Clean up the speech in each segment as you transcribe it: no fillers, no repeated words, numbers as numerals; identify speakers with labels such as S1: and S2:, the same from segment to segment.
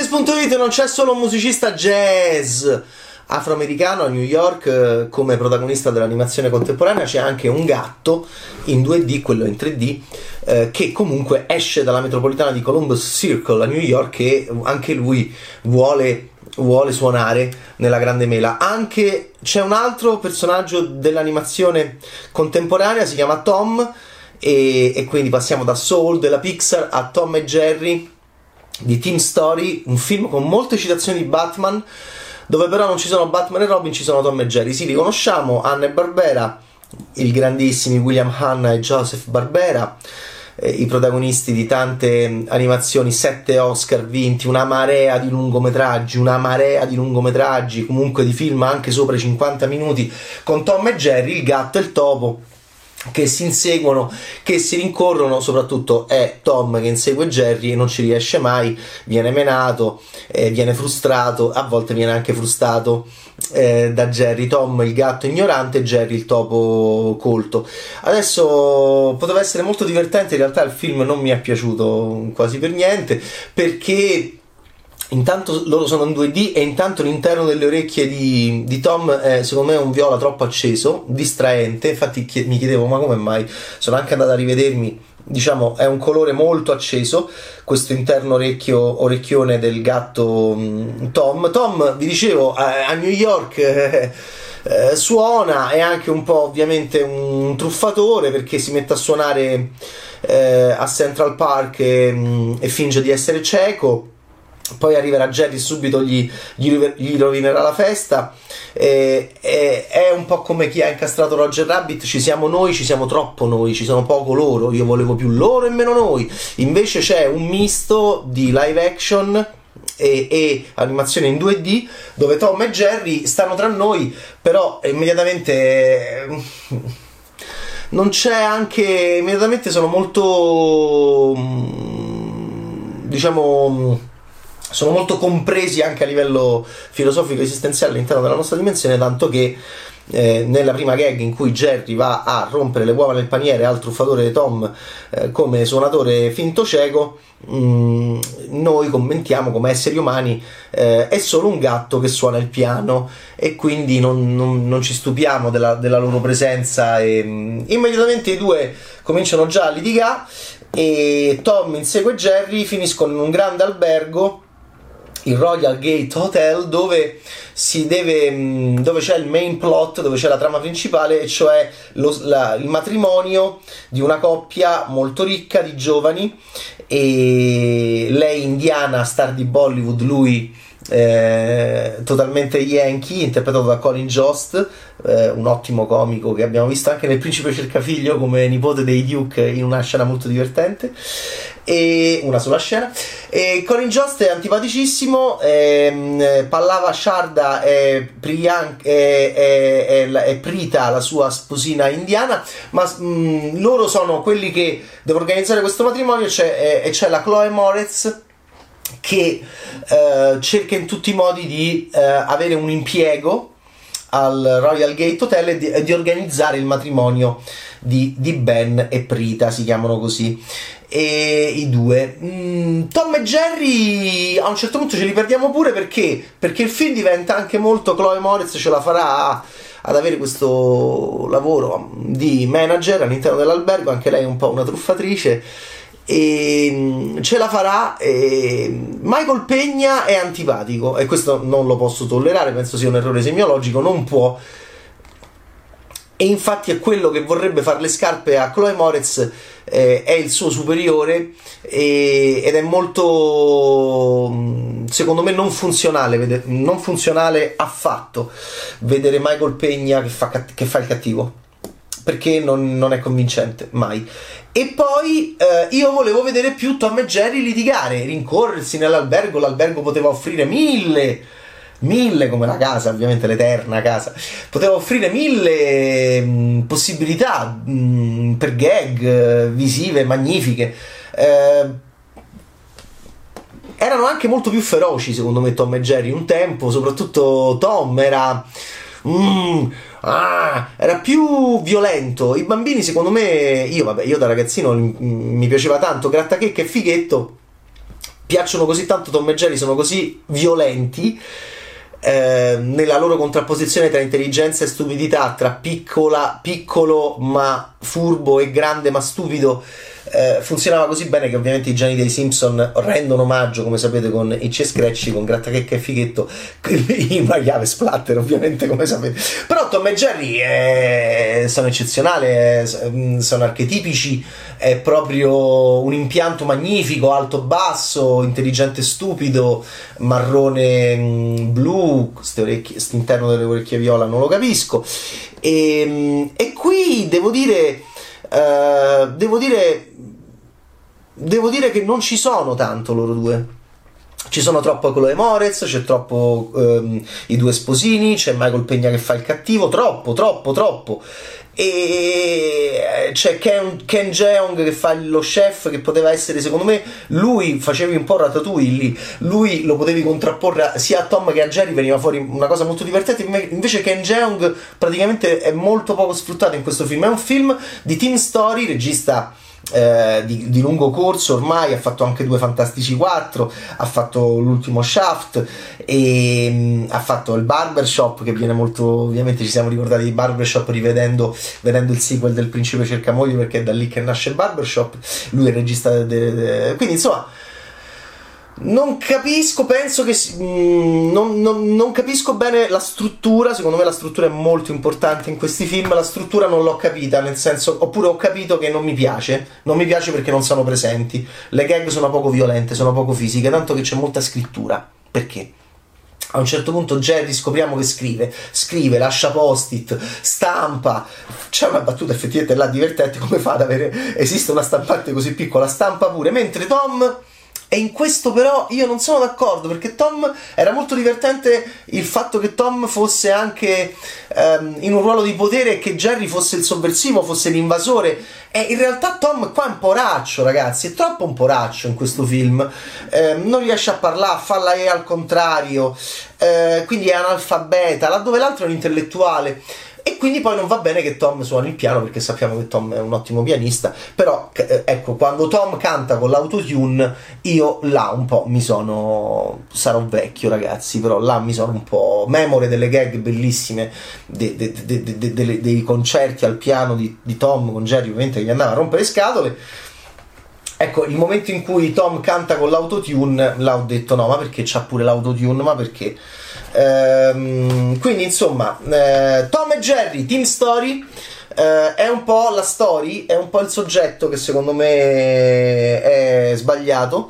S1: Games.it non c'è solo un musicista jazz afroamericano a New York come protagonista dell'animazione contemporanea, c'è anche un gatto in 2D, quello in 3D, che comunque esce dalla metropolitana di Columbus Circle a New York e anche lui vuole suonare nella grande mela. Anche c'è un altro personaggio dell'animazione contemporanea, si chiama Tom, e quindi passiamo da Soul della Pixar a Tom e Jerry di Team Story, un film con molte citazioni di Batman, dove però non ci sono Batman e Robin, ci sono Tom e Jerry. Sì, li conosciamo, Hanna-Barbera, i grandissimi William Hanna e Joseph Barbera, i protagonisti di tante animazioni, 7 Oscar vinti, una marea di lungometraggi, comunque di film anche sopra i 50 minuti, con Tom e Jerry, il gatto e il topo, che si inseguono, che si rincorrono. Soprattutto è Tom che insegue Jerry e non ci riesce mai, viene menato, viene frustrato, a volte viene anche frustrato da Jerry. Tom il gatto ignorante, Jerry il topo colto. Adesso poteva essere molto divertente, in realtà il film non mi è piaciuto quasi per niente, perché intanto loro sono in 2D e intanto l'interno delle orecchie di Tom secondo me è un viola troppo acceso, distraente. Infatti mi chiedevo ma come mai, sono anche andato a rivedermi, diciamo è un colore molto acceso questo interno orecchione del gatto Tom, vi dicevo, a New York suona, è anche un po' ovviamente un truffatore, perché si mette a suonare a Central Park e finge di essere cieco. Poi arriverà Jerry e subito gli rovinerà la festa. È un po' come chi ha incastrato Roger Rabbit: ci siamo noi, ci siamo troppo noi, ci sono poco loro, io volevo più loro e meno noi. Invece c'è un misto di live action e animazione in 2D, dove Tom e Jerry stanno tra noi, però immediatamente non c'è, anche immediatamente sono molto, diciamo, sono molto compresi anche a livello filosofico esistenziale all'interno della nostra dimensione, tanto che nella prima gag in cui Jerry va a rompere le uova nel paniere al truffatore Tom come suonatore finto cieco, noi commentiamo come esseri umani è solo un gatto che suona il piano, e quindi non ci stupiamo della loro presenza, e immediatamente i due cominciano già a litigare e Tom insegue Jerry, finiscono in un grande albergo, il Royal Gate Hotel, dove c'è il main plot, dove c'è la trama principale, e cioè il matrimonio di una coppia molto ricca di giovani, e lei indiana, star di Bollywood, lui totalmente yankee, interpretato da Colin Jost, un ottimo comico che abbiamo visto anche nel Principe Cercafiglio come nipote dei Duke in una scena molto divertente, e una sola scena. E Colin Jost è antipaticissimo, Pallava Sharda è Prita, la sua sposina indiana, ma loro sono quelli che devono organizzare questo matrimonio. E c'è la Chloe Moretz che cerca in tutti i modi di avere un impiego al Royal Gate Hotel e di organizzare il matrimonio di Ben e Prita, si chiamano così, e i due. Tom e Jerry a un certo punto ce li perdiamo pure, perché il film diventa anche molto Chloe Moretz ce la farà ad avere questo lavoro di manager all'interno dell'albergo, anche lei è un po' una truffatrice, e ce la farà. Michael Pegna è antipatico e questo non lo posso tollerare, penso sia un errore semiologico, non può, e infatti è quello che vorrebbe fare le scarpe a Chloe Moretz, è il suo superiore, ed è molto, secondo me, non funzionale affatto vedere Michael Pegna che fa il cattivo, perché non è convincente mai. E poi io volevo vedere più Tom e Jerry litigare, rincorrersi nell'albergo. L'albergo poteva offrire mille, come la casa, ovviamente l'eterna casa, poteva offrire mille possibilità per gag visive magnifiche. Erano anche molto più feroci secondo me Tom e Jerry un tempo, soprattutto Tom era più violento. I bambini, secondo me, io da ragazzino mi piaceva tanto Grattachecca e Fighetto, piacciono così tanto Tom e Jerry, sono così violenti nella loro contrapposizione tra intelligenza e stupidità, tra piccolo ma furbo e grande ma stupido, funzionava così bene che ovviamente i geni dei Simpson rendono omaggio, come sapete, con Itchy e Scratchy, con Grattachecca e Fighetto, in una chiave splatter ovviamente, come sapete. Però Tom e Jerry sono eccezionali, sono archetipici, è proprio un impianto magnifico, alto basso, intelligente stupido, marrone blu, quest'interno delle orecchie viola non lo capisco, e qui devo dire che non ci sono tanto loro due. Ci sono troppo Chloe Moretz, c'è troppo i due sposini, c'è Michael Pegna che fa il cattivo, troppo, e c'è Ken Jeong che fa lo chef, che poteva essere, secondo me, lui facevi un po' Ratatouille lì, lui lo potevi contrapporre sia a Tom che a Jerry, veniva fuori una cosa molto divertente. Invece Ken Jeong praticamente è molto poco sfruttato in questo film. È un film di Tim Story, regista di lungo corso ormai, ha fatto anche due Fantastici 4, ha fatto l'ultimo Shaft e ha fatto il Barbershop, che viene molto, ovviamente ci siamo ricordati di Barbershop vedendo il sequel del Principe cerca moglie, perché è da lì che nasce Barbershop. Lui è il regista quindi insomma non capisco, penso che non capisco bene la struttura. Secondo me la struttura è molto importante in questi film. La struttura non l'ho capita, nel senso, oppure ho capito che non mi piace perché non sono presenti. Le gag sono poco violente, sono poco fisiche, tanto che c'è molta scrittura. Perché? A un certo punto Jerry scopriamo che scrive, lascia post-it, stampa. C'è una battuta effettivamente là divertente: come fa ad avere, esiste una stampante così piccola, stampa pure, mentre Tom. E in questo però io non sono d'accordo, perché Tom era molto divertente il fatto che Tom fosse anche in un ruolo di potere e che Jerry fosse il sovversivo, fosse l'invasore. E in realtà Tom qua è un poraccio, ragazzi, è troppo un poraccio in questo film, non riesce a parlare, fa la E al contrario, quindi è analfabeta, laddove l'altro è un intellettuale. E quindi poi non va bene che Tom suoni il piano, perché sappiamo che Tom è un ottimo pianista. Però ecco, quando Tom canta con l'autotune, io là un po' sarò vecchio, ragazzi, però là mi sono un po' memore delle gag bellissime dei concerti al piano di Tom con Jerry, ovviamente, che gli andava a rompere le scatole. Ecco, il momento in cui Tom canta con l'autotune, là ho detto no, ma perché c'ha pure l'autotune, ma perché? Quindi insomma, Tom e Jerry, Team Story, è un po' la story, è un po' il soggetto che secondo me è sbagliato.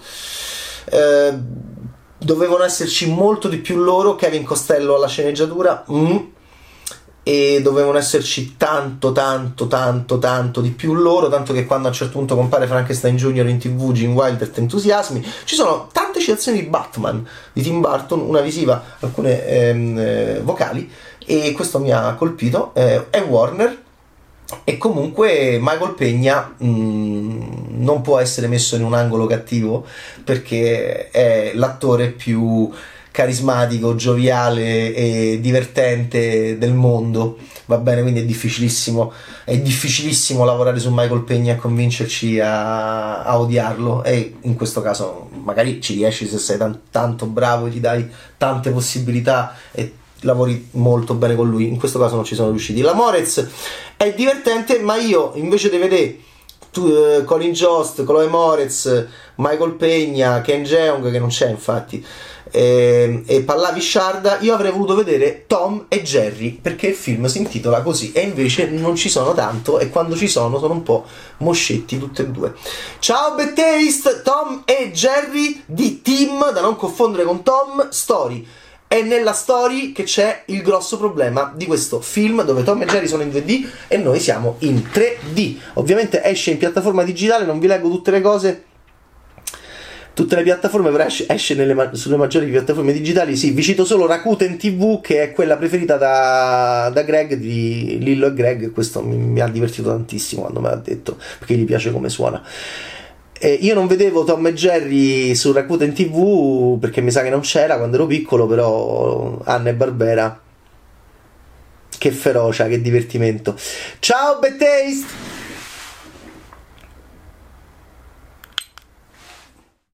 S1: Dovevano esserci molto di più loro, Kevin Costello alla sceneggiatura, e dovevano esserci tanto di più loro, tanto che quando a un certo punto compare Frankenstein Jr. in TV, Gene Wilder entusiasmi. Ci sono tante citazioni di Batman di Tim Burton, una visiva, alcune vocali, e questo mi ha colpito. È Warner, e comunque Michael Pegna non può essere messo in un angolo cattivo, perché è l'attore più carismatico, gioviale e divertente del mondo, va bene? Quindi è difficilissimo lavorare su Michael Pegna e convincerci a odiarlo, e in questo caso magari ci riesci se sei tanto bravo e ti dai tante possibilità e lavori molto bene con lui. In questo caso non ci sono riusciti. La Moretz è divertente, ma io invece di vedere Colin Jost, Chloe Moretz, Michael Pegna, Ken Jeong, che non c'è infatti, e Pallavi Sciarda, io avrei voluto vedere Tom e Jerry, perché il film si intitola così, e invece non ci sono tanto, e quando ci sono un po' moscetti tutti e due. Ciao Bad Taste, Tom e Jerry di Tim, da non confondere con Tom Story. È nella story che c'è il grosso problema di questo film, dove Tom e Jerry sono in 2D e noi siamo in 3D. Ovviamente esce in piattaforma digitale, non vi leggo tutte le cose, tutte le piattaforme, però esce sulle maggiori piattaforme digitali. Sì, vi cito solo Rakuten TV, che è quella preferita da Greg, di Lillo e Greg. Questo mi ha divertito tantissimo quando me l'ha detto, perché gli piace come suona. Io non vedevo Tom e Jerry su Rakuten TV perché mi sa che non c'era quando ero piccolo, però Hanna-Barbera, che ferocia, che divertimento. Ciao Bad Taste!